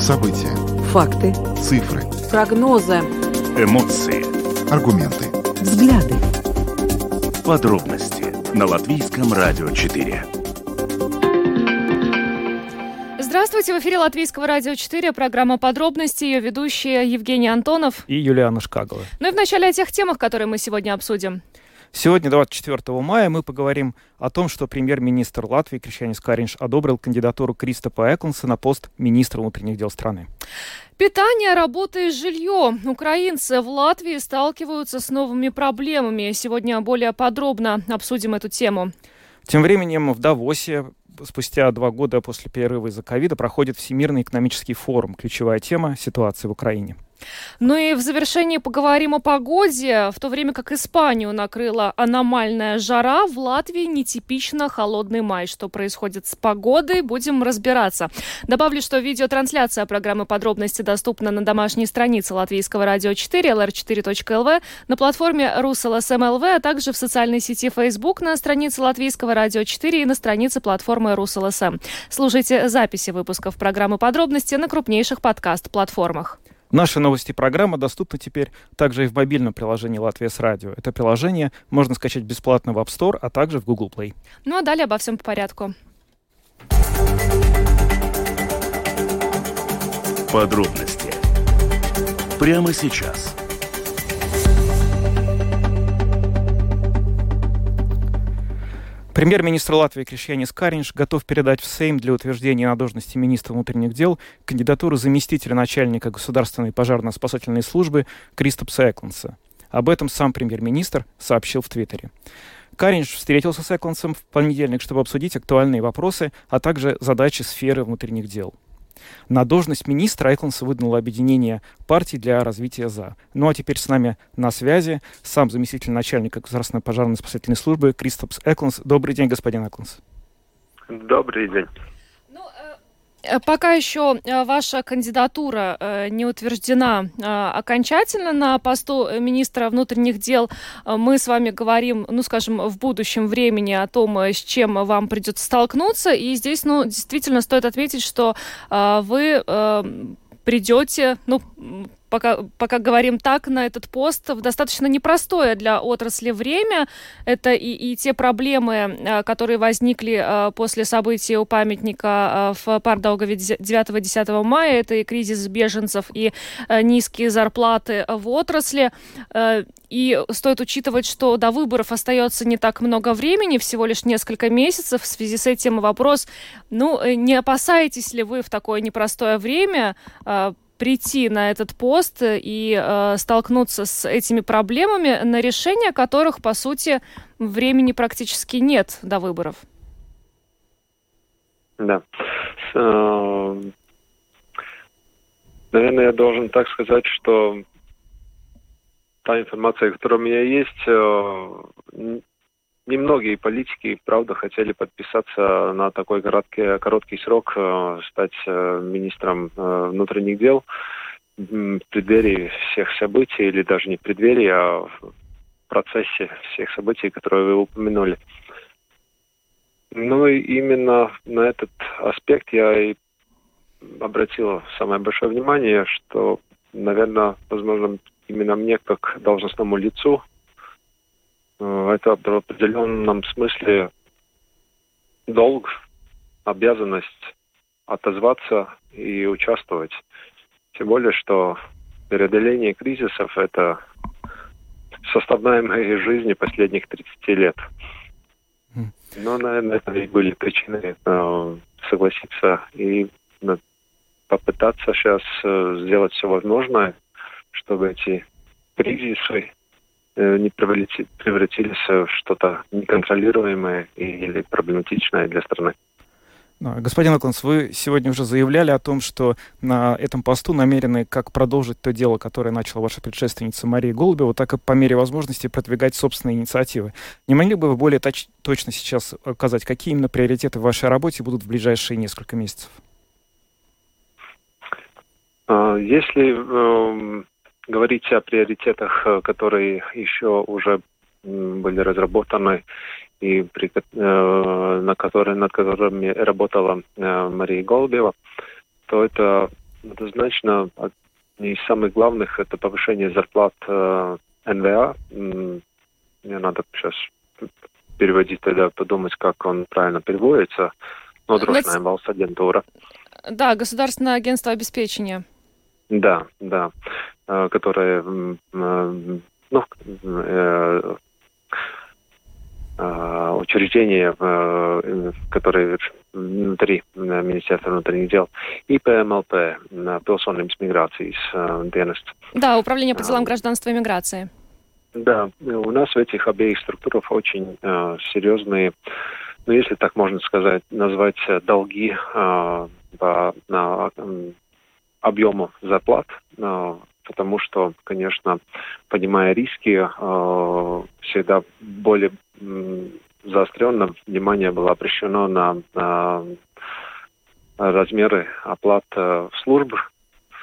События. Факты. Цифры. Прогнозы. Эмоции. Аргументы. Взгляды. Подробности на Латвийском радио 4. Здравствуйте, в эфире Латвийского радио 4, программа «Подробности», ее ведущие Евгений Антонов и Юлиана Шкагова. Ну и вначале о тех темах, которые мы сегодня обсудим. Сегодня, 24 мая, мы поговорим о том, что премьер-министр Латвии Кришьянис Каринш одобрил кандидатуру Кристопа Эклунса на пост министра внутренних дел страны. Питание, работа и жилье. Украинцы в Латвии сталкиваются с новыми проблемами. Сегодня более подробно обсудим эту тему. Тем временем в Давосе спустя 2 года после перерыва из-за ковида проходит Всемирный экономический форум. Ключевая тема – ситуация в Украине. Ну и в завершении поговорим о погоде. В то время как Испанию накрыла аномальная жара, в Латвии нетипично холодный май. Что происходит с погодой, будем разбираться. Добавлю, что видеотрансляция программы «Подробности» доступна на домашней странице Латвийского радио 4, lr4.lv, на платформе RusLSM.lv, а также в социальной сети Facebook на странице Латвийского радио 4 и на странице платформы RusLSM. Слушайте записи выпусков программы «Подробности» на крупнейших подкаст-платформах. Наши новости и программа доступны теперь также и в мобильном приложении «Латвия с радио». Это приложение можно скачать бесплатно в App Store, а также в Google Play. Ну а далее обо всем по порядку. Подробности прямо сейчас. Премьер-министр Латвии Кришьянис Каринш готов передать в Сейм для утверждения на должности министра внутренних дел кандидатуру заместителя начальника Государственной пожарно-спасательной службы Кристопса Эклунса. Об этом сам премьер-министр сообщил в Твиттере. Каринш встретился с Эклунсом в понедельник, чтобы обсудить актуальные вопросы, а также задачи сферы внутренних дел. На должность министра Эклунса выдвинуло объединение партий для развития ЗА. Ну а теперь с нами на связи сам заместитель начальника Государственной пожарно-спасательной службы Кристопс Эклунс. Добрый день, господин Эклунс. Добрый день. Пока еще ваша кандидатура не утверждена окончательно на посту министра внутренних дел. Мы с вами говорим, скажем, в будущем времени о том, с чем вам придется столкнуться. И здесь, действительно стоит отметить, что вы придете, пока говорим так, на этот пост в достаточно непростое для отрасли время. Это и те проблемы, которые возникли после событий у памятника в Пардаугаве 9-10 мая. Это и кризис беженцев, и низкие зарплаты в отрасли. И стоит учитывать, что до выборов остается не так много времени, всего лишь несколько месяцев. В связи с этим вопрос, не опасаетесь ли вы в такое непростое время прийти на этот пост и столкнуться с этими проблемами, на решение которых, по сути, времени практически нет до выборов? Да. Наверное, я должен так сказать, что та информация, которая у меня есть, немногие политики, правда, хотели подписаться на такой короткий срок, стать министром внутренних дел в преддверии всех событий, или даже не в преддверии, а в процессе всех событий, которые вы упомянули. И именно на этот аспект я и обратил самое большое внимание, что, наверное, возможно, именно мне, как должностному лицу, это в определенном смысле долг, обязанность отозваться и участвовать. Тем более, что преодоление кризисов – это составная моей жизни последних 30 лет. Наверное, это и были причины согласиться и попытаться сейчас сделать все возможное, чтобы эти кризисы не превратились в что-то неконтролируемое или проблематичное для страны. Господин Эклунс, вы сегодня уже заявляли о том, что на этом посту намерены как продолжить то дело, которое начала ваша предшественница Мария Голубева, так и по мере возможности продвигать собственные инициативы. Не могли бы вы более точно сейчас указать, какие именно приоритеты в вашей работе будут в ближайшие несколько месяцев? Если говорить о приоритетах, которые еще уже были разработаны и над которыми работала Мария Голубева, то это однозначно одни из самых главных это повышение зарплат НВА. Мне надо сейчас переводить тогда, подумать, как он правильно переводится. Нodrošinājuma valsts агентура. Да, Государственное агентство обеспечения. Да, которое учреждение, которое внутри Министерства внутренних дел, и ПМЛП, Pilsonības migrācijas dienests. Да, Управление по делам гражданства и миграции. Да, у нас в этих обеих структурах очень серьезные, если так можно сказать, назвать долги по объему зарплат, потому что, конечно, понимая риски, всегда более заостренно внимание было обращено на размеры оплат в службах.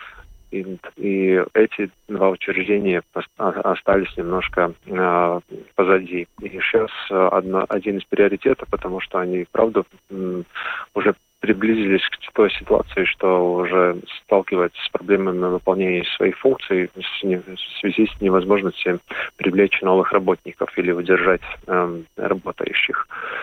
И эти два учреждения остались немножко позади. И сейчас один из приоритетов, потому что они, правда, уже приблизились к той ситуации, что уже сталкиваются с проблемами выполнения своих функций в связи с невозможностью привлечь новых работников или удержать работающих.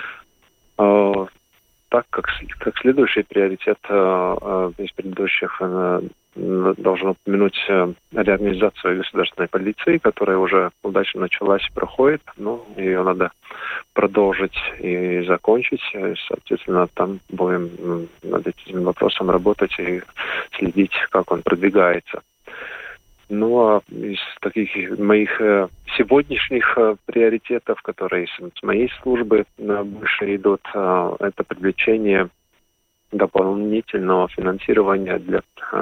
Так как следующий приоритет из предыдущих должен упомянуть реорганизацию государственной полиции, которая уже удачно началась и проходит. Ее надо продолжить и закончить. Соответственно, там будем над этим вопросом работать и следить, как он продвигается. А из таких моих сегодняшних приоритетов, которые с моей службы больше идут, это привлечение дополнительного финансирования для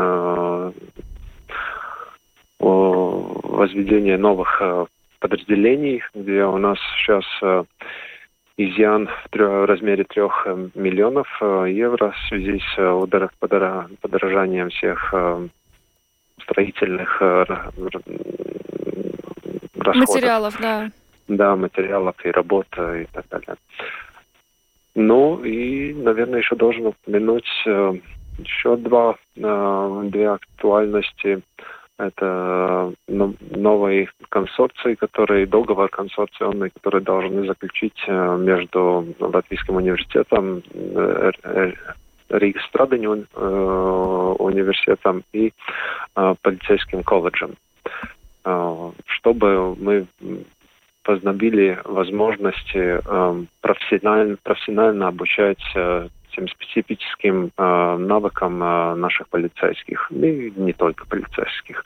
возведения новых подразделений, где у нас сейчас изъян в размере 3 миллионов евро в связи с подорожанием всех строительных расходов. Материалов, да. Да, материалов и работ и так далее. И, наверное, еще должен упомянуть еще две актуальности. Это новый консорций, договор консорционный, который должны заключить между Латвийским университетом, Риgas Stradiņu университетом и полицейским колледжем, чтобы мы познабили возможности профессионально обучать тем специфическим навыкам наших полицейских, и не только полицейских.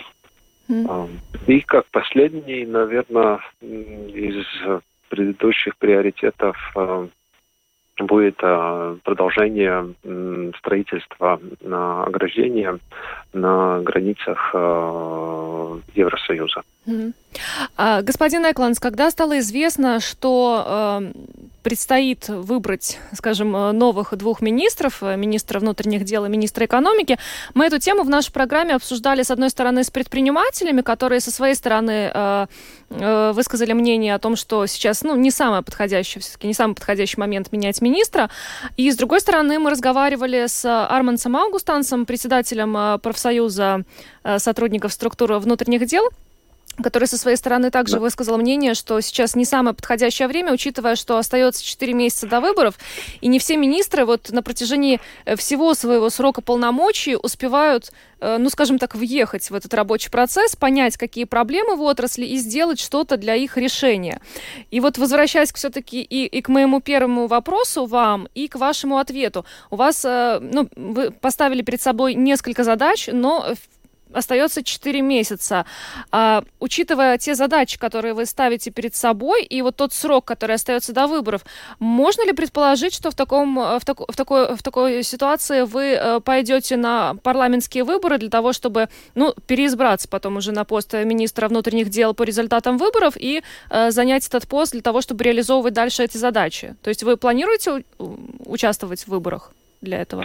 И как последний, наверное, из предыдущих приоритетов будет продолжение строительства ограждения на границах Евросоюза. Господин Экландс, когда стало известно, что предстоит выбрать, скажем, новых 2 министров, министра внутренних дел и министра экономики, мы эту тему в нашей программе обсуждали, с одной стороны, с предпринимателями, которые со своей стороны высказали мнение о том, что сейчас не самый подходящий момент менять министра. И, с другой стороны, мы разговаривали с Армансом Аугустансом, председателем профсоюза сотрудников структуры внутренних дел, который со своей стороны также высказал мнение, что сейчас не самое подходящее время, учитывая, что остается 4 месяца до выборов, и не все министры на протяжении всего своего срока полномочий успевают, скажем так, въехать в этот рабочий процесс, понять, какие проблемы в отрасли, и сделать что-то для их решения. И возвращаясь все-таки и к моему первому вопросу вам, и к вашему ответу. У вас, вы поставили перед собой несколько задач, но остается 4 месяца. Учитывая те задачи, которые вы ставите перед собой, и тот срок, который остается до выборов, можно ли предположить, что в такой ситуации вы пойдете на парламентские выборы для того, чтобы переизбраться потом уже на пост министра внутренних дел по результатам выборов и занять этот пост для того, чтобы реализовывать дальше эти задачи? То есть вы планируете участвовать в выборах для этого?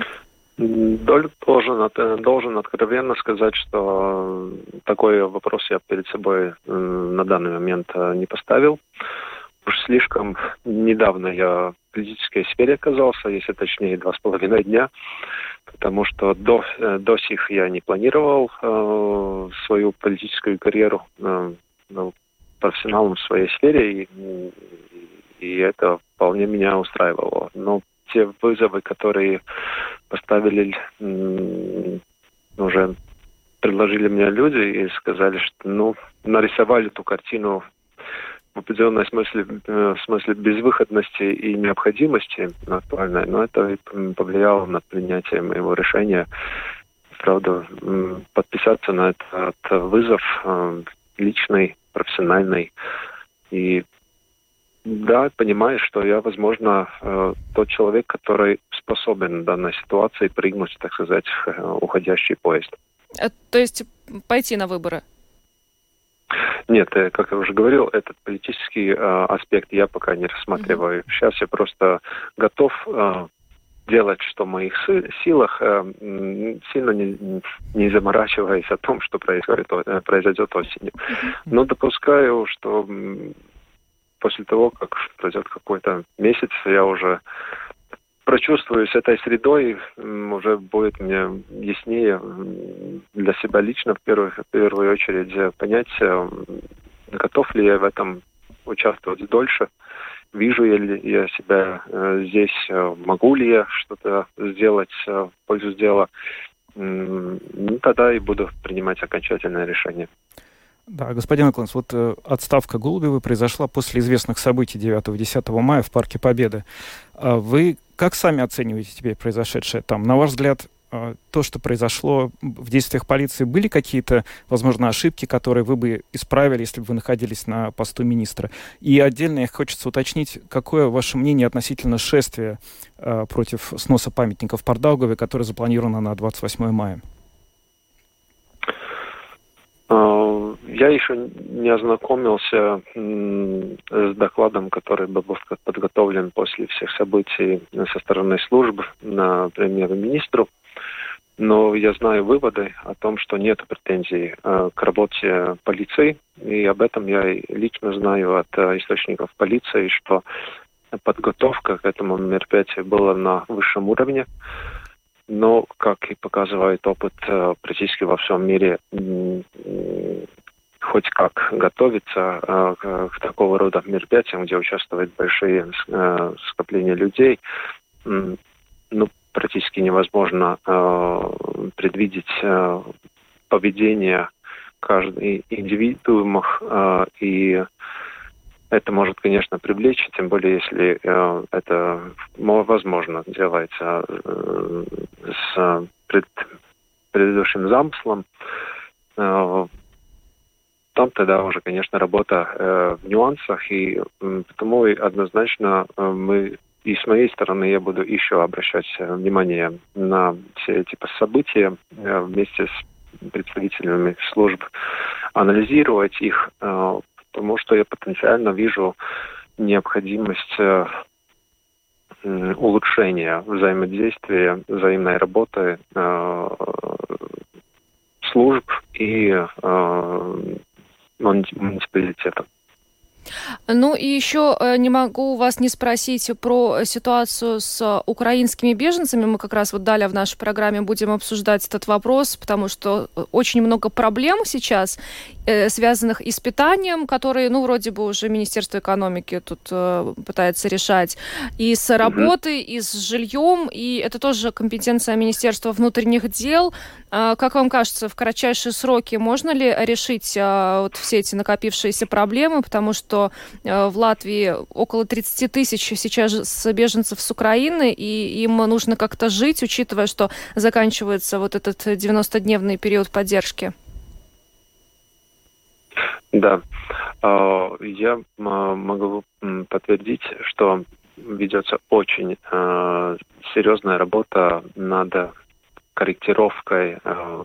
Должен откровенно сказать, что такой вопрос я перед собой на данный момент не поставил. Уж слишком недавно я в политической сфере оказался, если точнее 2,5 дня. потому что до сих я не планировал свою политическую карьеру профессионалом в своей сфере, и это вполне меня устраивало. Но те вызовы, которые поставили, уже предложили мне люди и сказали, что нарисовали эту картину в определенном смысле безвыходности и необходимости актуальной, но это повлияло на принятие моего решения, правда, подписаться на этот вызов личный, профессиональный. И да, понимаю, что я, возможно, тот человек, который способен в данной ситуации прыгнуть, так сказать, в уходящий поезд. То есть пойти на выборы? Нет, как я уже говорил, этот политический аспект я пока не рассматриваю. Сейчас я просто готов делать, что в моих силах, сильно не заморачиваясь о том, что произойдет осенью. Но допускаю, что после того, как пройдет какой-то месяц, я уже прочувствую с этой средой, уже будет мне яснее для себя лично в первую очередь понять, готов ли я в этом участвовать дольше, вижу ли я себя здесь, могу ли я что-то сделать в пользу дела, тогда и буду принимать окончательное решение. Да, господин Эклунс, вот отставка Голубевой произошла после известных событий 9-10 мая в Парке Победы. Вы как сами оцениваете теперь произошедшее там? На ваш взгляд, то, что произошло в действиях полиции, были какие-то, возможно, ошибки, которые вы бы исправили, если бы вы находились на посту министра? И отдельно хочется уточнить, какое ваше мнение относительно шествия против сноса памятников в Пардаугаве, которое запланировано на 28 мая? Я еще не ознакомился с докладом, который был подготовлен после всех событий со стороны служб на премьер-министру. Но я знаю выводы о том, что нет претензий к работе полиции. И об этом я лично знаю от источников полиции, что подготовка к этому мероприятию была на высшем уровне. Но, как и показывает опыт практически во всем мире, хоть как готовиться к такого рода мероприятиям, где участвуют большие скопления людей, практически невозможно предвидеть поведение каждого индивидуума, и это может, конечно, привлечь, тем более, если это возможно делается с предыдущим замыслом. Там тогда уже, конечно, работа в нюансах, и потому однозначно мы, и с моей стороны, я буду еще обращать внимание на все эти события вместе с представителями служб, анализировать их, потому что я потенциально вижу необходимость улучшения взаимодействия, взаимной работы служб и муниципалитета. Ну и еще не могу вас не спросить про ситуацию с украинскими беженцами. Мы как раз далее в нашей программе будем обсуждать этот вопрос, потому что очень много проблем сейчас, связанных и с питанием, которые, вроде бы уже Министерство экономики тут пытается решать, и с работой, и с жильем, и это тоже компетенция Министерства внутренних дел. Как вам кажется, в кратчайшие сроки можно ли решить все эти накопившиеся проблемы, потому что в Латвии около 30 тысяч сейчас беженцев с Украины, и им нужно как-то жить, учитывая, что заканчивается этот 90-дневный период поддержки? Да, я могу подтвердить, что ведется очень серьезная работа над корректировкой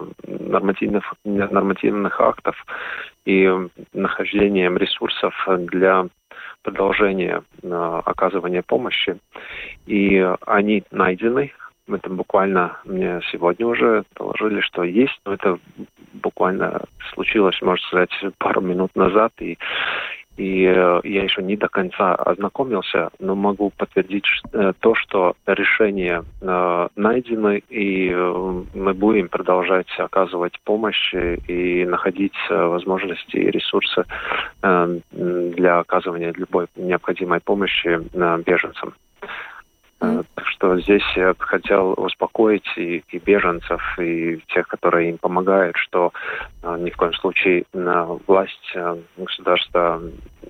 нормативных актов и нахождением ресурсов для продолжения оказывания помощи. И они найдены. Это буквально мне сегодня уже доложили, что есть, но это буквально случилось, можно сказать, пару минут назад. И и я еще не до конца ознакомился, но могу подтвердить то, что решения найдены, и мы будем продолжать оказывать помощь и находить возможности и ресурсы для оказывания любой необходимой помощи беженцам. Так что здесь я хотел успокоить и беженцев, и тех, которые им помогают, что ни в коем случае власть, государство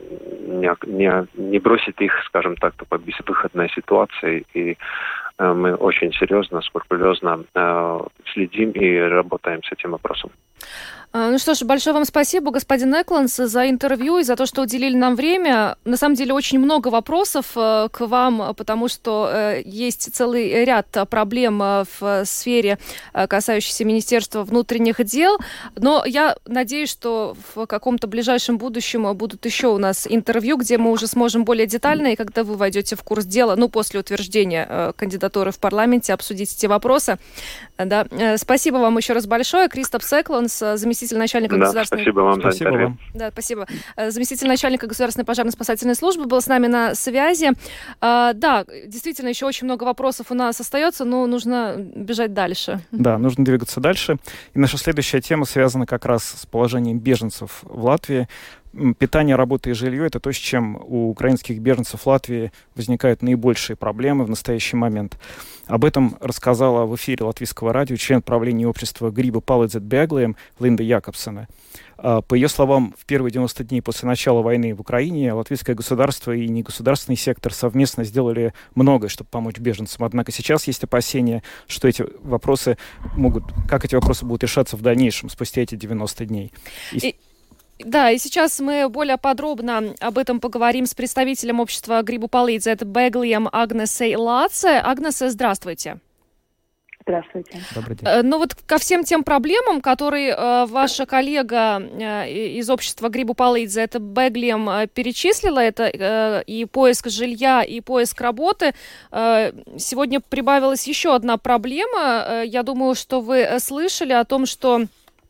не бросит их, скажем так, по безвыходной ситуации. И мы очень серьезно, скрупулезно следим и работаем с этим вопросом. Ну что ж, большое вам спасибо, господин Экланс, за интервью и за то, что уделили нам время. На самом деле очень много вопросов к вам, потому что есть целый ряд проблем в сфере, касающейся Министерства внутренних дел. Но я надеюсь, что в каком-то ближайшем будущем будут еще у нас интервью, где мы уже сможем более детально, и когда вы войдете в курс дела, после утверждения кандидатуры в парламенте, обсудить эти вопросы. Да. Спасибо вам еще раз большое. Кристопс Экланс, заместитель начальника государственной... Спасибо вам за интервью. Да, спасибо. Заместитель начальника государственной пожарно-спасательной службы был с нами на связи. Да, действительно, еще очень много вопросов у нас остается, но нужно бежать дальше. Да, нужно двигаться дальше. И наша следующая тема связана как раз с положением беженцев в Латвии. Питание, работа и жилье – это то, с чем у украинских беженцев в Латвии возникают наибольшие проблемы в настоящий момент. Об этом рассказала в эфире Латвийского радио член правления общества Гриба Palīdzēt bēgļiem Линда Якобсена. По ее словам, в первые 90 дней после начала войны в Украине латвийское государство и негосударственный сектор совместно сделали многое, чтобы помочь беженцам. Однако сейчас есть опасения, что эти вопросы как эти вопросы будут решаться в дальнейшем, спустя эти 90 дней. Да, и сейчас мы более подробно об этом поговорим с представителем общества Грибу Palīdzēt bēgļiem Агнесой Лаце. Агнесе, здравствуйте. Здравствуйте. Добрый день. Ко всем тем проблемам, которые ваша коллега из общества Грибу Palīdzēt bēgļiem перечислила, это и поиск жилья, и поиск работы, сегодня прибавилась еще одна проблема. Я думаю, что вы слышали о том, что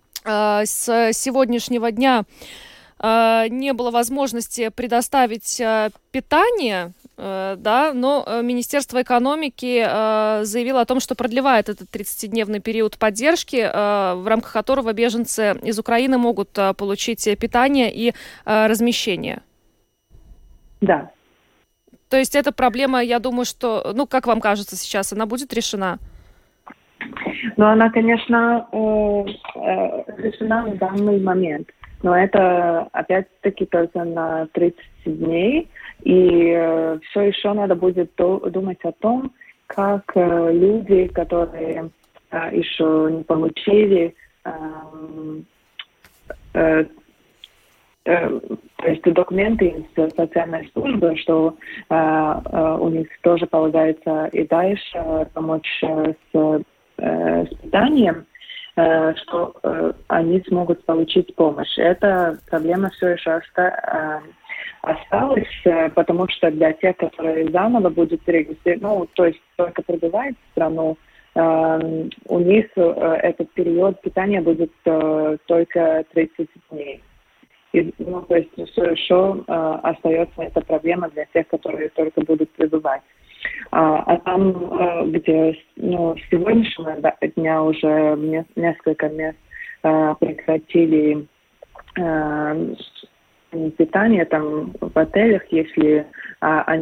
с сегодняшнего дня не было возможности предоставить питание, да, но Министерство экономики заявило о том, что продлевает этот 30-дневный период поддержки, в рамках которого беженцы из Украины могут получить питание и размещение. Да. То есть эта проблема, я думаю, что, как вам кажется сейчас, она будет решена? Она, конечно, решена в данный момент. Но это, опять-таки, только на 30 дней. И все еще надо будет думать о том, как люди, которые еще не получили, то есть документы из социальной службы, что у них тоже полагается и дальше помочь с питанием, что они смогут получить помощь. Эта проблема все еще осталась, потому что для тех, которые заново будут регистрированы, то есть только прибывают в страну, у них этот период питания будет только 30 дней. И, то есть все еще остается эта проблема для тех, которые только будут прибывать. А там, где с сегодняшнего дня уже несколько мест прекратили питание там в отелях, если они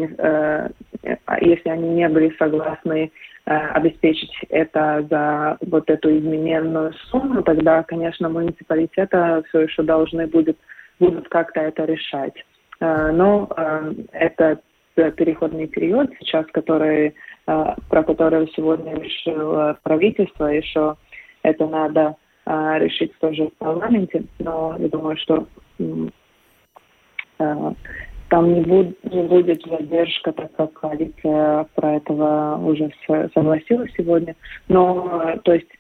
не были согласны обеспечить это за вот эту измененную сумму, тогда, конечно, муниципалитеты все еще должны будут как-то это решать. Но это переходный период сейчас, про который сегодня решило правительство, еще это надо решить тоже в парламенте, но я думаю, что там не будет задержка, так как коалиция про этого уже согласилась сегодня. Но, то есть,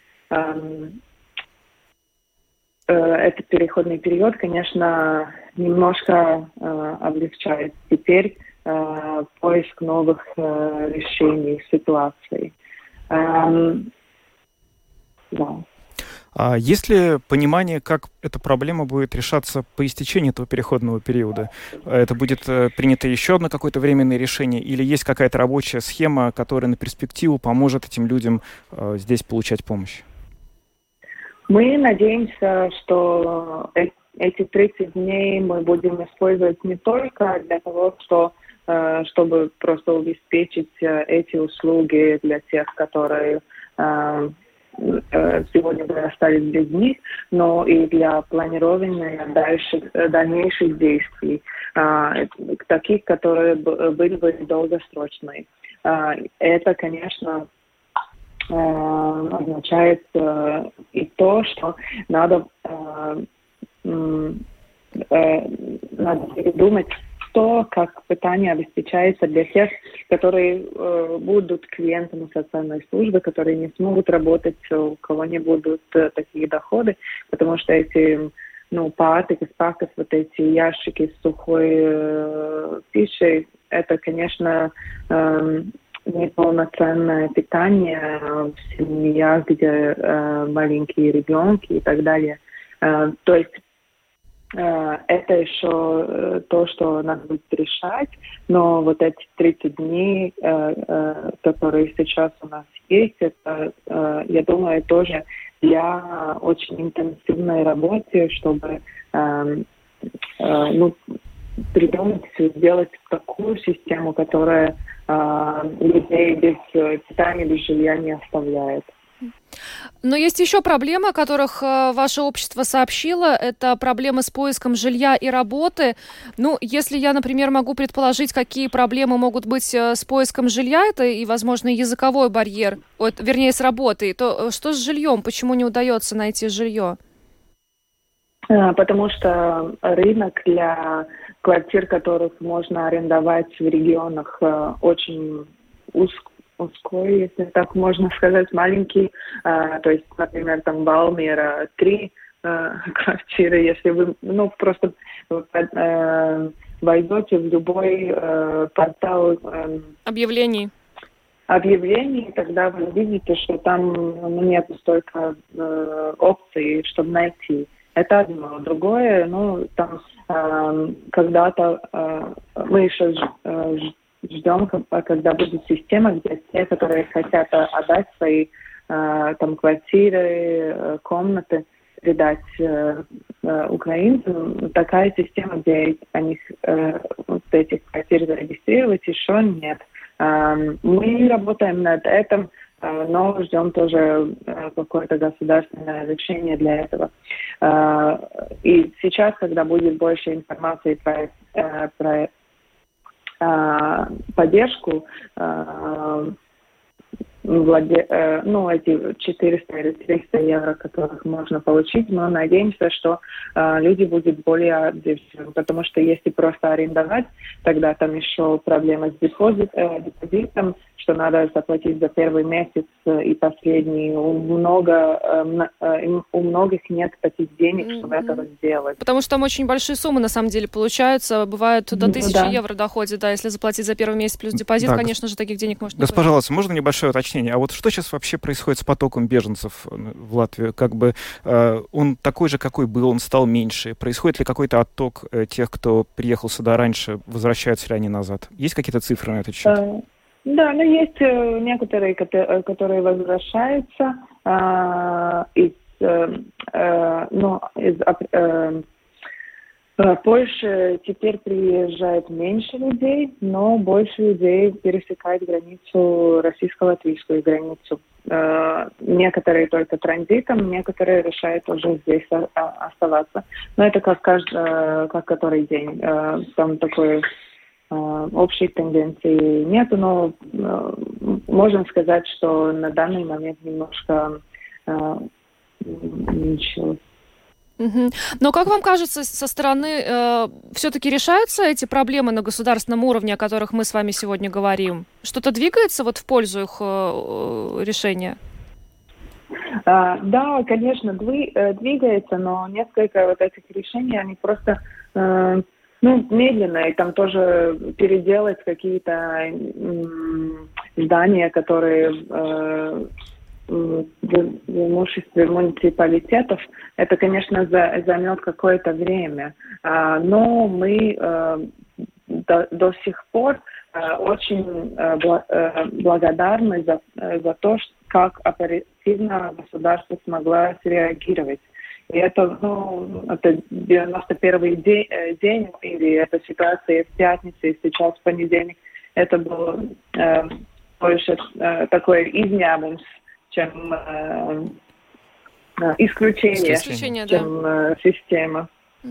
этот переходный период, конечно, немножко облегчает теперь поиск новых решений ситуации. Да. А есть ли понимание, как эта проблема будет решаться по истечении этого переходного периода? Это будет принято еще одно какое-то временное решение или есть какая-то рабочая схема, которая на перспективу поможет этим людям здесь получать помощь? Мы надеемся, что эти 30 дней мы будем использовать не только для того, чтобы просто обеспечить эти услуги для тех, которые сегодня бы остались без них, но и для планирования дальнейших действий, таких, которые были бы долгосрочные. Это, конечно, означает и то, что надо передумать то, как питание обеспечается для тех, которые будут клиентами социальной службы, которые не смогут работать, у кого не будут такие доходы, потому что эти пааты, спаков, вот эти ящики с сухой пищей, это, конечно, неполноценное питание в семьях, где маленькие ребенки и так далее. То есть это еще то, что надо будет решать, но вот эти 30 дней, которые сейчас у нас есть, это, я думаю, тоже для очень интенсивной работы, чтобы придумать, сделать такую систему, которая людей без питания, без жилья не оставляет. Но есть еще проблемы, о которых ваше общество сообщило. Это проблемы с поиском жилья и работы. Если я, например, могу предположить, какие проблемы могут быть с поиском жилья, это и, возможно, языковой барьер, с работой, то что с жильем? Почему не удается найти жилье? Потому что рынок для квартир, которых можно арендовать в регионах, очень узкой, если так можно сказать, маленький. То есть, например, там Балмера 3 квартиры. Если вы просто войдете в любой портал объявлений, тогда вы видите, что там нет столько опций, чтобы найти. Это одно. Другое, там когда-то мы еще ждем, когда будет система, где те, которые хотят отдать свои квартиры, комнаты, передать украинцам, такая система, где они этих квартир зарегистрировать, еще нет. Мы работаем над этим, но ждем тоже какое-то государственное решение для этого. И сейчас, когда будет больше информации про поддержку, эти 400 или 300 евро, которых можно получить, мы надеемся, что люди будут более отзывчивы, потому что если просто арендовать, тогда там еще проблема с депозитом, что надо заплатить за первый месяц и последний. У многих нет таких денег, чтобы этого сделать. Потому что там очень большие суммы, на самом деле, получаются. Бывает, до 1000 евро доходит, если заплатить за первый месяц плюс депозит, конечно же, таких денег может не быть. Пожалуйста, можно небольшое уточнение? А вот что сейчас вообще происходит с потоком беженцев в Латвию? Он такой же, какой был, он стал меньше? Происходит ли какой-то отток тех, кто приехал сюда раньше, возвращаются ли они назад? Есть какие-то цифры на этот счет? Да, есть некоторые, которые возвращаются из Польши теперь приезжает меньше людей, но больше людей пересекает границу, российско-латвийскую границу. Некоторые только транзитом, некоторые решают уже здесь оставаться. Но это как который день. Там такой общей тенденции нету, но можно сказать, что на данный момент немножко уменьшилось. Но как вам кажется, со стороны все-таки решаются эти проблемы на государственном уровне, о которых мы с вами сегодня говорим? Что-то двигается в пользу их решения? Да, конечно, двигается, но несколько этих решений, они просто медленно, и там тоже переделать какие-то здания, которые в имуществе муниципалитетов, это, конечно, займет какое-то время. Но мы до сих пор очень благодарны за то, как оперативно государство смогло среагировать. И это 91-й день, или эта ситуация в пятницу, и сейчас в понедельник, это было больше такое изņēmums, чем исключение, чем система.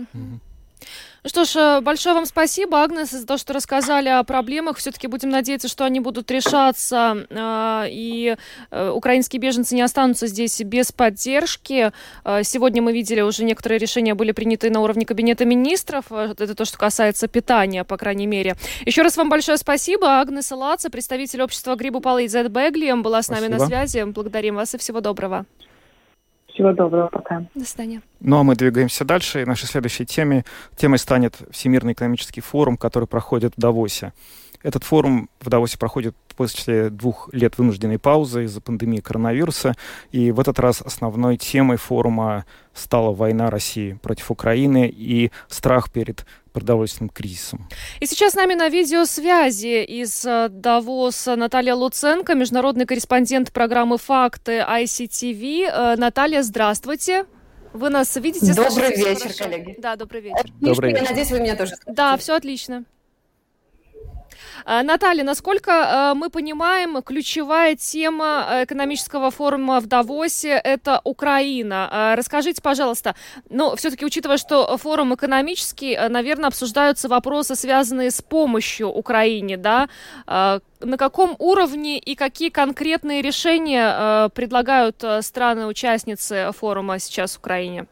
Ну что ж, большое вам спасибо, Агнес, за то, что рассказали о проблемах. Все-таки будем надеяться, что они будут решаться, и украинские беженцы не останутся здесь без поддержки. Сегодня мы видели, уже некоторые решения были приняты на уровне Кабинета министров. Это то, что касается питания, по крайней мере. Еще раз вам большое спасибо. Агнес Лаца, представитель общества Грибу Палīdzēt Bēgļiem, была с нами на связи. Благодарим вас и всего доброго. Всего доброго, пока. До свидания. Ну а мы двигаемся дальше. И нашей следующей темой станет Всемирный экономический форум, который проходит в Давосе. Этот форум в Давосе проходит после 2 лет вынужденной паузы из-за пандемии коронавируса. И в этот раз основной темой форума стала война России против Украины и страх перед продовольственным кризисом. И сейчас с нами на видеосвязи из Давоса Наталья Луценко, международный корреспондент программы «Факты» ICTV. Наталья, здравствуйте. Вы нас видите? Добрый вечер, хорошо? Коллеги. Да, добрый вечер. Добрый вечер. Я надеюсь, вы меня тоже слышите. Да, все отлично. Наталья, насколько мы понимаем, ключевая тема экономического форума в Давосе – это Украина. Расскажите, пожалуйста, все-таки учитывая, что форум экономический, наверное, обсуждаются вопросы, связанные с помощью Украине, да? На каком уровне и какие конкретные решения предлагают страны-участницы форума сейчас в Украине?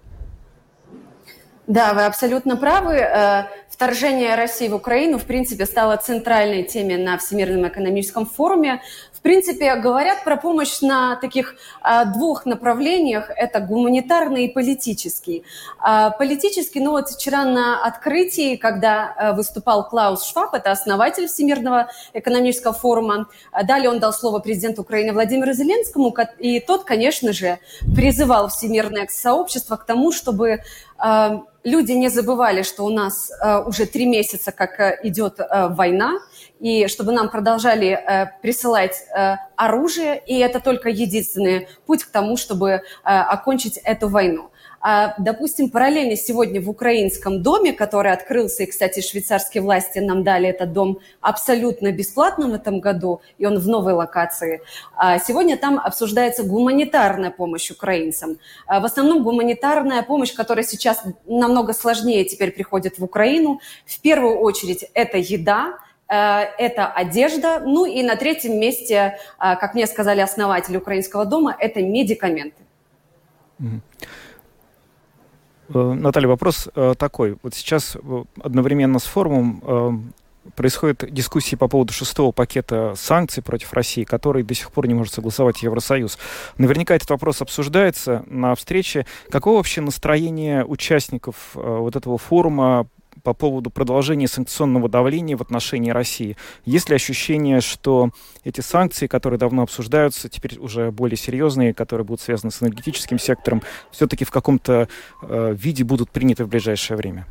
Да, вы абсолютно правы. Вторжение России в Украину, в принципе, стало центральной темой на Всемирном экономическом форуме. В принципе, говорят про помощь на таких 2 направлениях. Это гуманитарный и политический. Политический, вчера на открытии, когда выступал Клаус Шваб, это основатель Всемирного экономического форума, далее он дал слово президенту Украины Владимиру Зеленскому, и тот, конечно же, призывал всемирное сообщество к тому, чтобы люди не забывали, что у нас уже 3 месяца как идет война, и чтобы нам продолжали присылать оружие, и это только единственный путь к тому, чтобы окончить эту войну. Допустим, параллельно сегодня в Украинском доме, который открылся, и, кстати, швейцарские власти нам дали этот дом абсолютно бесплатно в этом году, и он в новой локации, сегодня там обсуждается гуманитарная помощь украинцам. В основном гуманитарная помощь, которая сейчас намного сложнее теперь приходит в Украину. В первую очередь это еда, это одежда, и на 3-м месте, как мне сказали основатели Украинского дома, это медикаменты. Наталья, вопрос такой. Вот сейчас одновременно с форумом происходят дискуссии по поводу 6-го пакета санкций против России, который до сих пор не может согласовать Евросоюз. Наверняка этот вопрос обсуждается на встрече. Какое вообще настроение участников вот этого форума по поводу продолжения санкционного давления в отношении России? Есть ли ощущение, что эти санкции, которые давно обсуждаются, теперь уже более серьезные, которые будут связаны с энергетическим сектором, все-таки в каком-то виде будут приняты в ближайшее время?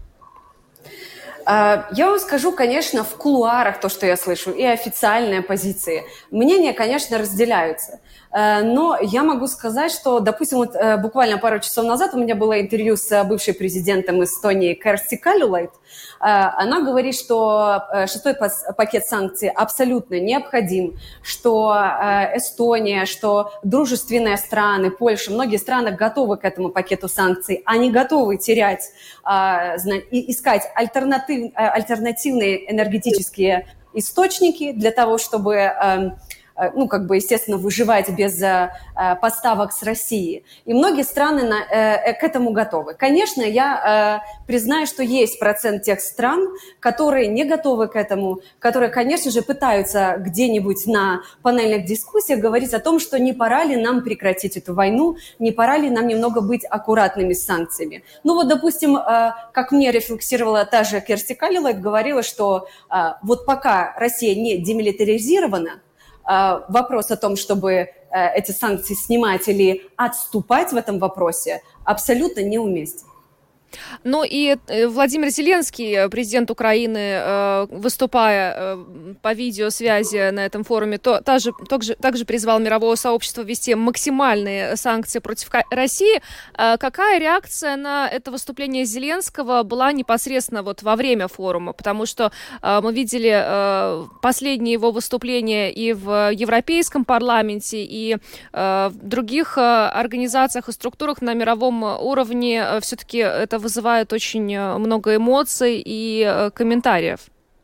Я вам скажу, конечно, в кулуарах то, что я слышу, и официальные позиции. Мнения, конечно, разделяются. Но я могу сказать, что, допустим, буквально пару часов назад у меня было интервью с бывшей президентом Эстонии Керсти Кальюлайд. Она говорит, что 6-й пакет санкций абсолютно необходим, что Эстония, что дружественные страны, Польша, многие страны готовы к этому пакету санкций. Они готовы терять, искать альтернативные энергетические источники для того, чтобы естественно, выживать без поставок с России. И многие страны к этому готовы. Конечно, я признаю, что есть процент тех стран, которые не готовы к этому, которые, конечно же, пытаются где-нибудь на панельных дискуссиях говорить о том, что не пора ли нам прекратить эту войну, не пора ли нам немного быть аккуратными с санкциями. Допустим, как мне рефлексировала та же Керсти Кальюлайд, говорила, что вот пока Россия не демилитаризирована, вопрос о том, чтобы эти санкции снимать или отступать в этом вопросе, абсолютно неуместен. Ну и Владимир Зеленский, президент Украины, выступая по видеосвязи на этом форуме, также призвал мировое сообщество ввести максимальные санкции против России. Какая реакция на это выступление Зеленского была непосредственно вот во время форума? Потому что мы видели последние его выступления и в Европейском парламенте, и в других организациях и структурах на мировом уровне. Все-таки это вызывает очень много эмоций и комментариев.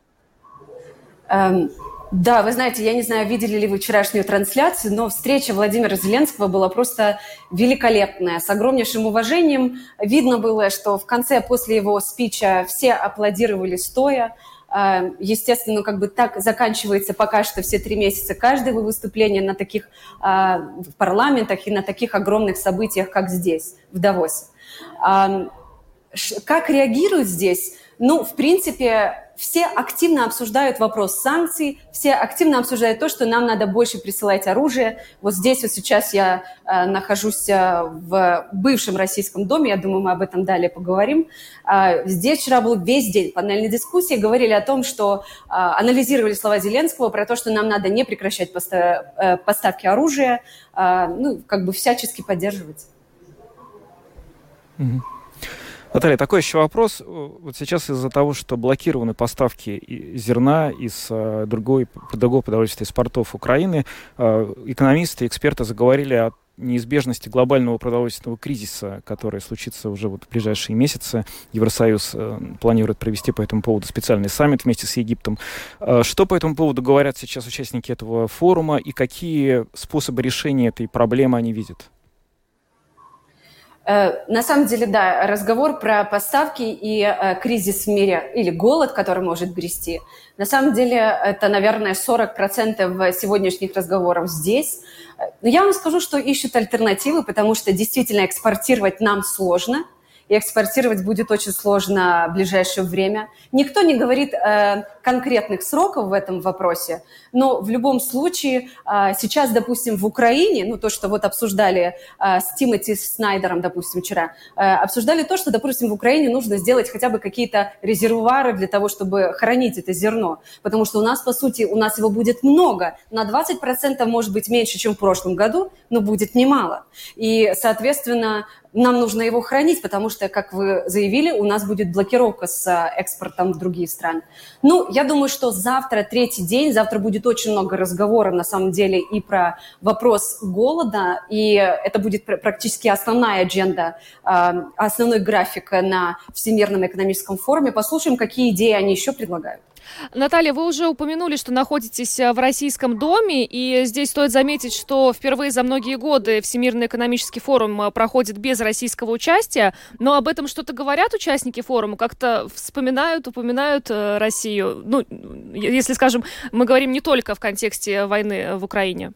Да, вы знаете, я не знаю, видели ли вы вчерашнюю трансляцию, но встреча Владимира Зеленского была просто великолепная, с огромнейшим уважением. Видно было, что в конце, после его спича, все аплодировали стоя. Естественно, как бы так заканчивается пока что все 3 месяца каждое его выступление на таких в парламентах и на таких огромных событиях, как здесь, в Давосе. Как реагируют здесь? Ну, в принципе, все активно обсуждают вопрос санкций, все активно обсуждают то, что нам надо больше присылать оружие. Вот здесь вот сейчас я нахожусь в бывшем Российском доме, я думаю, мы об этом далее поговорим. Здесь вчера был весь день панельной дискуссии, говорили о том, что анализировали слова Зеленского про то, что нам надо не прекращать поставки оружия, ну, как бы всячески поддерживать. Наталья, такой еще вопрос. Вот сейчас из-за того, что блокированы поставки зерна из другого продовольствия, из портов Украины, экономисты, эксперты заговорили о неизбежности глобального продовольственного кризиса, который случится уже вот в ближайшие месяцы. Евросоюз планирует провести по этому поводу специальный саммит вместе с Египтом. Что по этому поводу говорят сейчас участники этого форума и какие способы решения этой проблемы они видят? На самом деле, да, разговор про поставки и кризис в мире или голод, который может грести, на самом деле это, наверное, 40% сегодняшних разговоров здесь. Но я вам скажу, что ищут альтернативы, потому что действительно экспортировать нам сложно, и экспортировать будет очень сложно в ближайшее время. Никто не говорит конкретных сроков в этом вопросе, но в любом случае сейчас, допустим, в Украине, ну то, что вот обсуждали с Тимоти Снайдером, допустим, вчера, обсуждали то, что, допустим, в Украине нужно сделать хотя бы какие-то резервуары для того, чтобы хранить это зерно, потому что у нас, по сути, у нас его будет много, на 20% может быть меньше, чем в прошлом году, но будет немало. И, соответственно, нам нужно его хранить, потому что, как вы заявили, у нас будет блокировка с экспортом в другие страны. Ну, я думаю, что завтра, 3-й день, завтра будет очень много разговоров, на самом деле, и про вопрос голода, и это будет практически основная адженда, основной график на Всемирном экономическом форуме. Послушаем, какие идеи они еще предлагают. Наталья, вы уже упомянули, что находитесь в Российском доме, и здесь стоит заметить, что впервые за многие годы Всемирный экономический форум проходит без российского участия, но об этом что-то говорят участники форума, как-то упоминают Россию, ну, если, скажем, мы говорим не только в контексте войны в Украине.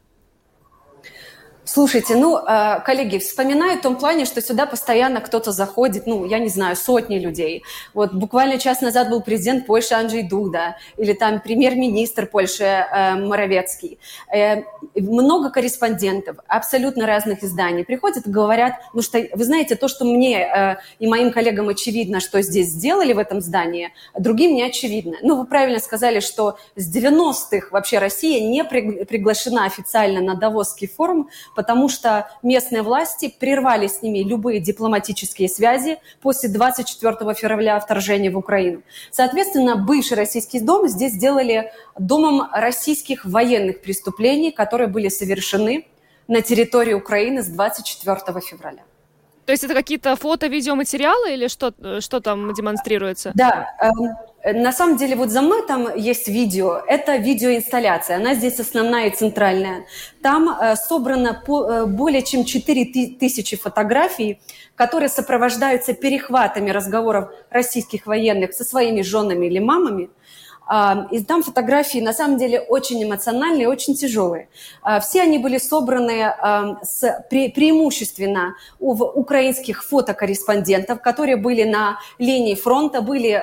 Слушайте, коллеги, вспоминаю в том плане, что сюда постоянно кто-то заходит, я не знаю, сотни людей. Вот буквально час назад был президент Польши Анджей Дуда, или там премьер-министр Польши Моровецкий. Много корреспондентов, абсолютно разных изданий приходят и говорят, что, вы знаете, то, что мне и моим коллегам очевидно, что здесь сделали в этом здании, другим не очевидно. Вы правильно сказали, что с 90-х вообще Россия не приглашена официально на Давосский форум, потому что местные власти прервали с ними любые дипломатические связи после 24 февраля вторжения в Украину. Соответственно, бывший российский дом здесь сделали домом российских военных преступлений, которые были совершены на территории Украины с 24 февраля. То есть это какие-то фото, видеоматериалы или что там демонстрируется? Да, на самом деле вот за мной там есть видео. Это видеоинсталляция, она здесь основная и центральная. Там собрано более чем 4000 фотографий, которые сопровождаются перехватами разговоров российских военных со своими женами или мамами. И там фотографии, на самом деле, очень эмоциональные, очень тяжелые. Все они были собраны преимущественно у украинских фотокорреспондентов, которые были на линии фронта, были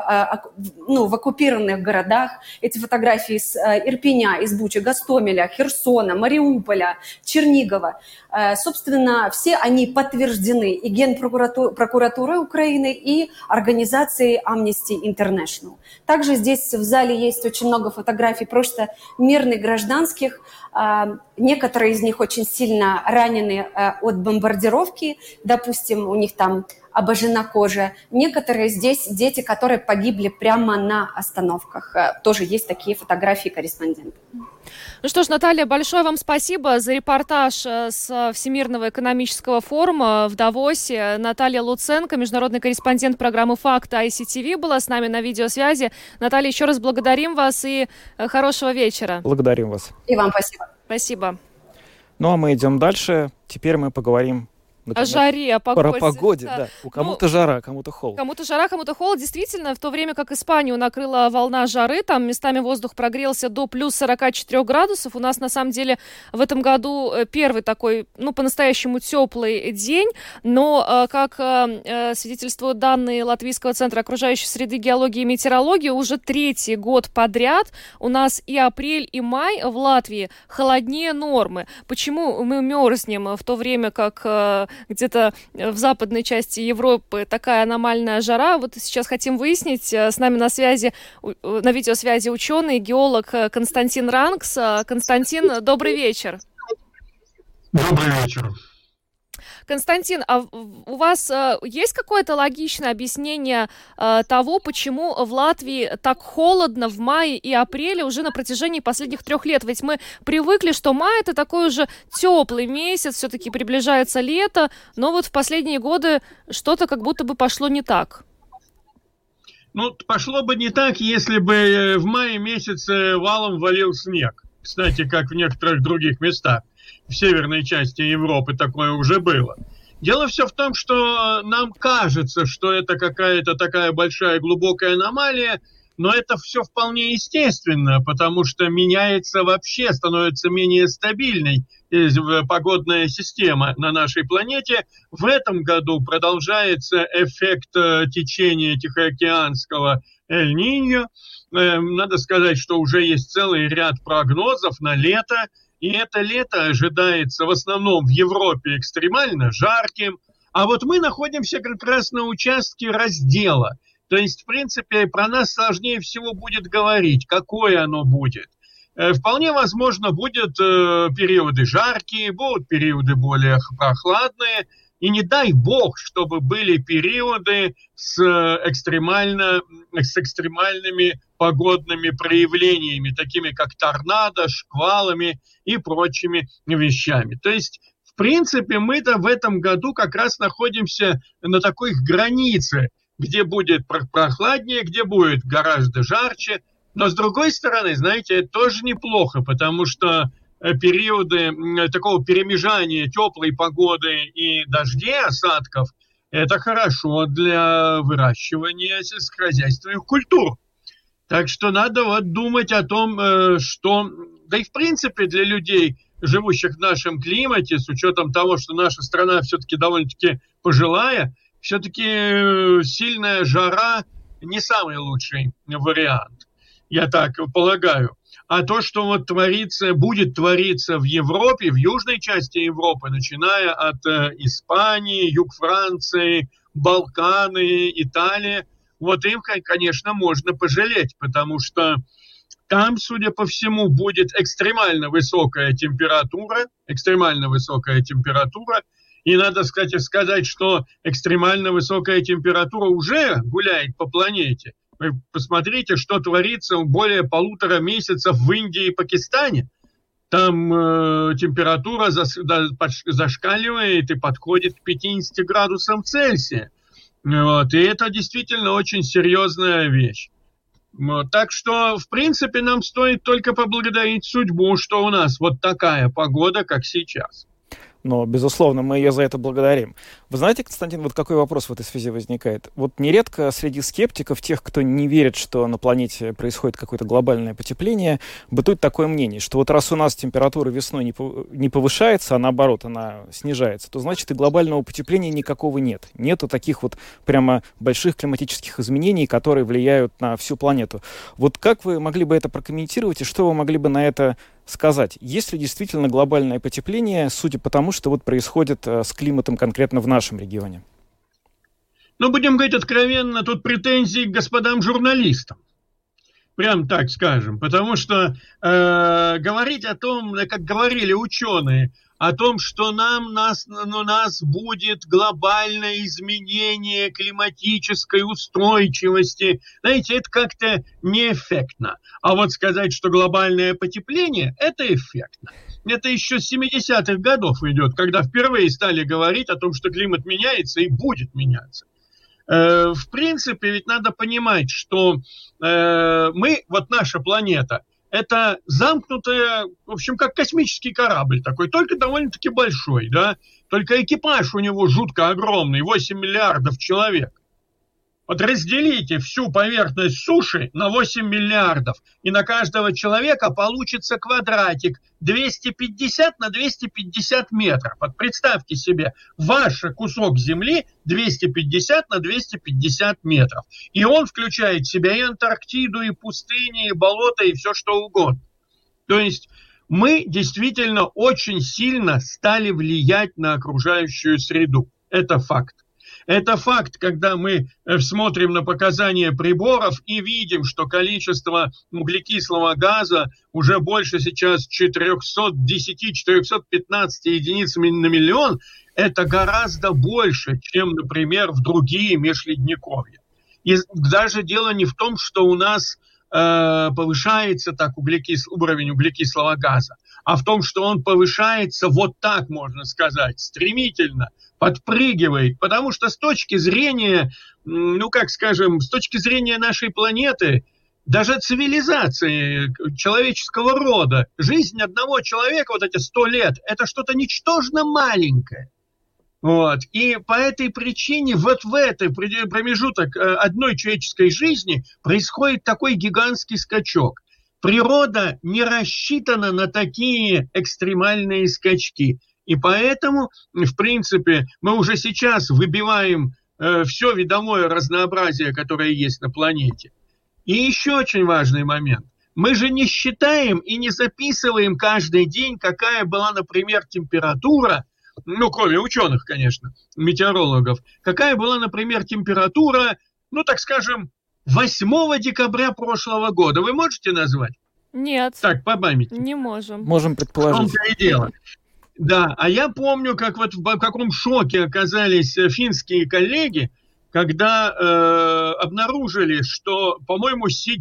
в оккупированных городах. Эти фотографии из Ирпеня, из Бучи, Гостомеля, Херсона, Мариуполя, Чернигова. Собственно, все они подтверждены и Генпрокуратурой Украины, и организацией Amnesty International. Также здесь в зале есть очень много фотографий просто мирных гражданских. Некоторые из них очень сильно ранены от бомбардировки. Допустим, у них там обожжена кожа. Некоторые здесь дети, которые погибли прямо на остановках. Тоже есть такие фотографии корреспондентов. Ну что ж, Наталья, большое вам спасибо за репортаж с Всемирного экономического форума в Давосе. Наталья Луценко, международный корреспондент программы «Факты» ICTV, была с нами на видеосвязи. Наталья, еще раз благодарим вас и хорошего вечера. Благодарим вас. И вам спасибо. Спасибо. Ну, а мы идем дальше. Теперь мы поговорим о жаре, о погоде. О погоде, да. У кому-то жара, кому-то холод. Кому-то жара, кому-то холод. Действительно, в то время как Испанию накрыла волна жары, там местами воздух прогрелся до плюс 44 градусов. У нас, на самом деле, в этом году первый такой, по-настоящему теплый день. Но, как свидетельствуют данные Латвийского центра окружающей среды, геологии и метеорологии, уже третий год подряд у нас и апрель, и май в Латвии холоднее нормы. Почему мы мерзнем в то время, как где-то в западной части Европы такая аномальная жара? Вот сейчас хотим выяснить. С нами на связи, на видеосвязи ученый, геолог Константин Рангс. Константин, добрый вечер. Добрый вечер. Константин, а у вас есть какое-то логичное объяснение того, почему в Латвии так холодно в мае и апреле уже на протяжении последних 3 лет? Ведь мы привыкли, что май — это такой уже теплый месяц, все-таки приближается лето, но вот в последние годы что-то как будто бы пошло не так. Пошло бы не так, если бы в мае месяце валом валил снег. Кстати, как в некоторых других местах. В северной части Европы такое уже было. Дело все в том, что нам кажется, что это какая-то такая большая глубокая аномалия, но это все вполне естественно, потому что меняется вообще, становится менее стабильной погодная система на нашей планете. В этом году продолжается эффект течения Тихоокеанского Эль-Ниньо. Надо сказать, что уже есть целый ряд прогнозов на лето. И это лето ожидается в основном в Европе экстремально жарким. А вот мы находимся как раз на участке раздела. То есть, в принципе, про нас сложнее всего будет говорить, какое оно будет. Вполне возможно, будут периоды жаркие, будут периоды более прохладные. И не дай бог, чтобы были периоды с экстремальными погодными проявлениями, такими как торнадо, шквалами и прочими вещами. То есть, в принципе, мы-то в этом году как раз находимся на такой границе, где будет прохладнее, где будет гораздо жарче. Но, с другой стороны, знаете, это тоже неплохо, потому что периоды такого перемежания теплой погоды и дождей, осадков, это хорошо для выращивания сельскохозяйственных культур. Так что надо думать о том, что... Да и в принципе для людей, живущих в нашем климате, с учетом того, что наша страна все-таки довольно-таки пожилая, все-таки сильная жара не самый лучший вариант, я так полагаю. А то, что вот будет твориться в Европе, в южной части Европы, начиная от Испании, юг Франции, Балканы, Италия, вот им, конечно, можно пожалеть, потому что там, судя по всему, будет экстремально высокая температура, и надо, кстати, сказать, что экстремально высокая температура уже гуляет по планете. Вы посмотрите, что творится более 1,5 месяцев в Индии и Пакистане. Там температура зашкаливает и подходит к 50 градусам Цельсия. Вот. И это действительно очень серьезная вещь. Вот. Так что, в принципе, нам стоит только поблагодарить судьбу, что у нас вот такая погода, как сейчас. Но, безусловно, мы ее за это благодарим. Вы знаете, Константин, вот какой вопрос в этой связи возникает? Вот нередко среди скептиков, тех, кто не верит, что на планете происходит какое-то глобальное потепление, бытует такое мнение, что вот раз у нас температура весной не повышается, а наоборот, она снижается, то значит и глобального потепления никакого нет. Нету таких вот прямо больших климатических изменений, которые влияют на всю планету. Вот как вы могли бы это прокомментировать и что вы могли бы на это сказать? Есть ли действительно глобальное потепление, судя по тому, что вот происходит с климатом конкретно в нашем регионе? Ну, будем говорить откровенно, тут претензии к господам журналистам. Прям так скажем. Потому что говорить о том, как говорили ученые, о том, что нас будет глобальное изменение климатической устойчивости, знаете, это как-то неэффектно. А вот сказать, что глобальное потепление, это эффектно. Это еще с 70-х годов идет, когда впервые стали говорить о том, что климат меняется и будет меняться. В принципе, ведь надо понимать, что наша планета, это замкнутая, в общем, как космический корабль такой, только довольно-таки большой, да? Только экипаж у него жутко огромный, 8 миллиардов человек. Вот разделите всю поверхность суши на 8 миллиардов, и на каждого человека получится квадратик 250 на 250 метров. Вот представьте себе, ваш кусок земли 250 на 250 метров. И он включает в себя и Антарктиду, и пустыни, и болота, и все что угодно. То есть мы действительно очень сильно стали влиять на окружающую среду. Это факт. Это факт, когда мы смотрим на показания приборов и видим, что количество углекислого газа уже больше сейчас 410-415 единиц на миллион. Это гораздо больше, чем, например, в другие межледниковья. И даже дело не в том, что у нас повышается так уровень углекислого газа, а в том, что он повышается вот так, можно сказать, стремительно, подпрыгивает, потому что с точки зрения, с точки зрения нашей планеты, даже цивилизации человеческого рода, жизнь одного человека, вот эти 100 лет, это что-то ничтожно маленькое. Вот. И по этой причине вот в этот промежуток одной человеческой жизни происходит такой гигантский скачок. Природа не рассчитана на такие экстремальные скачки. И поэтому, в принципе, мы уже сейчас выбиваем все видовое разнообразие, которое есть на планете. И еще очень важный момент. Мы же не считаем и не записываем каждый день, какая была, например, температура, кроме ученых, конечно, метеорологов, какая была, например, температура, 8 декабря прошлого года. Вы можете назвать? Нет. Так, по памяти. Не можем. Можем предположить. В том-то и дело. Да, а я помню, как вот в каком шоке оказались финские коллеги, когда обнаружили, что, по-моему, 7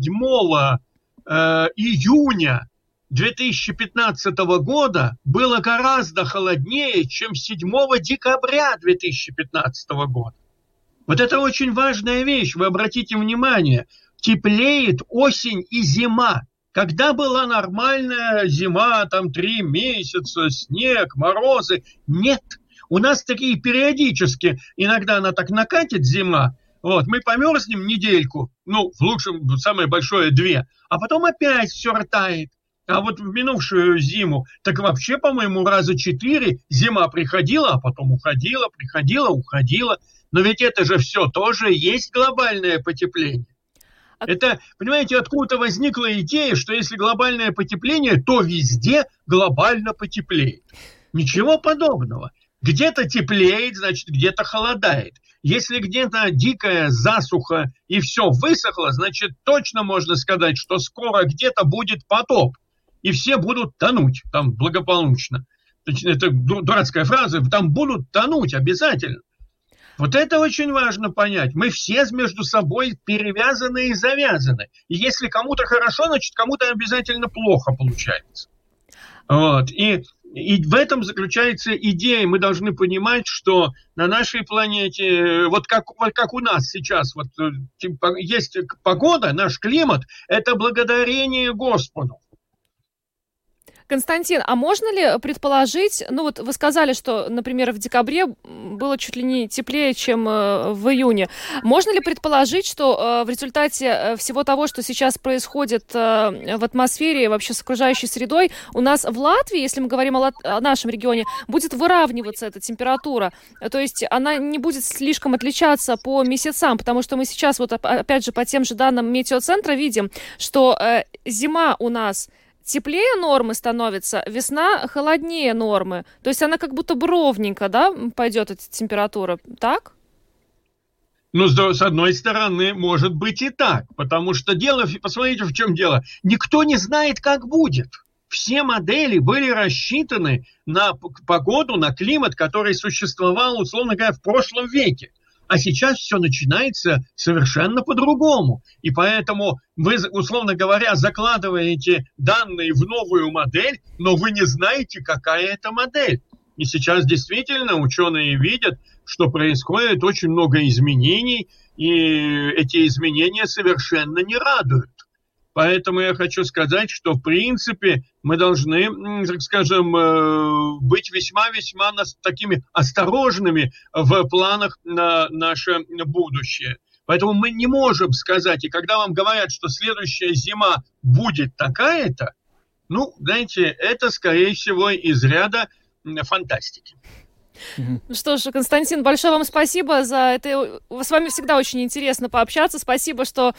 июня 2015 года было гораздо холоднее, чем 7 декабря 2015 года. Вот это очень важная вещь, вы обратите внимание. Теплеет осень и зима. Когда была нормальная зима, 3 месяца, снег, морозы, нет. У нас такие периодически, иногда она так накатит, зима, мы померзнем недельку, в лучшем, самое большое 2, а потом опять все ртает. А вот в минувшую зиму, так вообще, по-моему, раза 4 зима приходила, а потом уходила, приходила, уходила. Но ведь это же все тоже есть глобальное потепление. Это, понимаете, откуда-то возникла идея, что если глобальное потепление, то везде глобально потеплеет. Ничего подобного. Где-то теплеет, значит, где-то холодает. Если где-то дикая засуха и все высохло, значит, точно можно сказать, что скоро где-то будет потоп. И все будут тонуть там благополучно. Это дурацкая фраза, там будут тонуть обязательно. Вот это очень важно понять. Мы все между собой перевязаны и завязаны. И если кому-то хорошо, значит, кому-то обязательно плохо получается. Вот. И в этом заключается идея. Мы должны понимать, что на нашей планете, вот как у нас сейчас, есть погода, наш климат, это благодарение Господу. Константин, а можно ли предположить, ну вот вы сказали, что, например, в декабре было чуть ли не теплее, чем в июне. Можно ли предположить, что в результате всего того, что сейчас происходит в атмосфере, вообще с окружающей средой, у нас в Латвии, если мы говорим о нашем регионе, будет выравниваться эта температура? То есть она не будет слишком отличаться по месяцам, потому что мы сейчас, вот опять же, по тем же данным метеоцентра видим, что зима у нас теплее нормы становится, весна холоднее нормы. То есть она как будто бы ровненько, да, пойдет эта температура, так? Ну, с одной стороны, может быть и так, потому что дело, посмотрите, в чем дело. Никто не знает, как будет. Все модели были рассчитаны на погоду, на климат, который существовал, условно говоря, в прошлом веке. А сейчас все начинается совершенно по-другому. И поэтому вы, условно говоря, закладываете данные в новую модель, но вы не знаете, какая это модель. И сейчас действительно ученые видят, что происходит очень много изменений, и эти изменения совершенно не радуют. Поэтому я хочу сказать, что, в принципе, мы должны, так скажем, быть весьма-весьма такими осторожными в планах на наше будущее. Поэтому мы не можем сказать, и когда вам говорят, что следующая зима будет такая-то, ну, знаете, это, скорее всего, из ряда фантастики. Ну что ж, Константин, большое вам спасибо за это. С вами всегда очень интересно пообщаться. Спасибо, что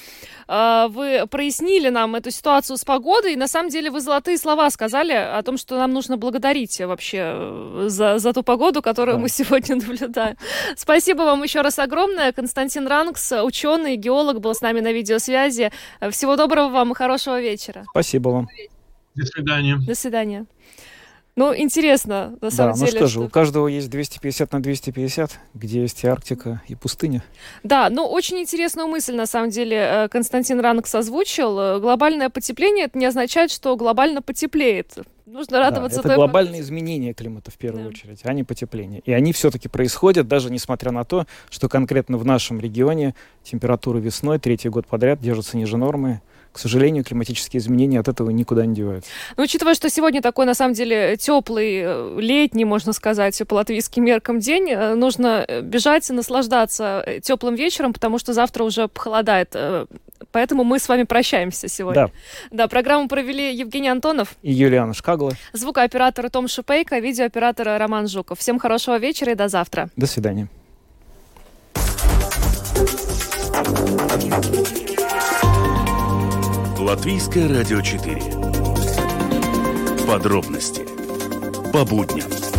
вы прояснили нам эту ситуацию с погодой. И на самом деле вы золотые слова сказали о том, что нам нужно благодарить вообще за ту погоду, которую мы сегодня наблюдаем. Спасибо вам еще раз огромное. Константин Рангс, ученый, геолог, был с нами на видеосвязи. Всего доброго вам и хорошего вечера. Спасибо вам. До свидания. До свидания. Ну, интересно, на самом деле. Ну что же, у каждого есть 250 на 250, где есть и Арктика, и пустыня. Да, ну, очень интересную мысль, на самом деле, Константин Ранкс озвучил. Глобальное потепление — это не означает, что глобально потеплеет. Нужно радоваться. Это глобальные изменения климата, в первую очередь, а не потепление. И они все-таки происходят, даже несмотря на то, что конкретно в нашем регионе температура весной третий год подряд держится ниже нормы. К сожалению, климатические изменения от этого никуда не деваются. Но учитывая, что сегодня такой, на самом деле, теплый, летний, можно сказать, по латвийским меркам день, нужно бежать и наслаждаться теплым вечером, потому что завтра уже похолодает. Поэтому мы с вами прощаемся сегодня. Да, программу провели Евгений Антонов и Юлиана Шкагла, звукооператор Том Шипейко, видеооператор Роман Жуков. Всем хорошего вечера и до завтра. До свидания. Латвийское радио 4. Подробности по будням.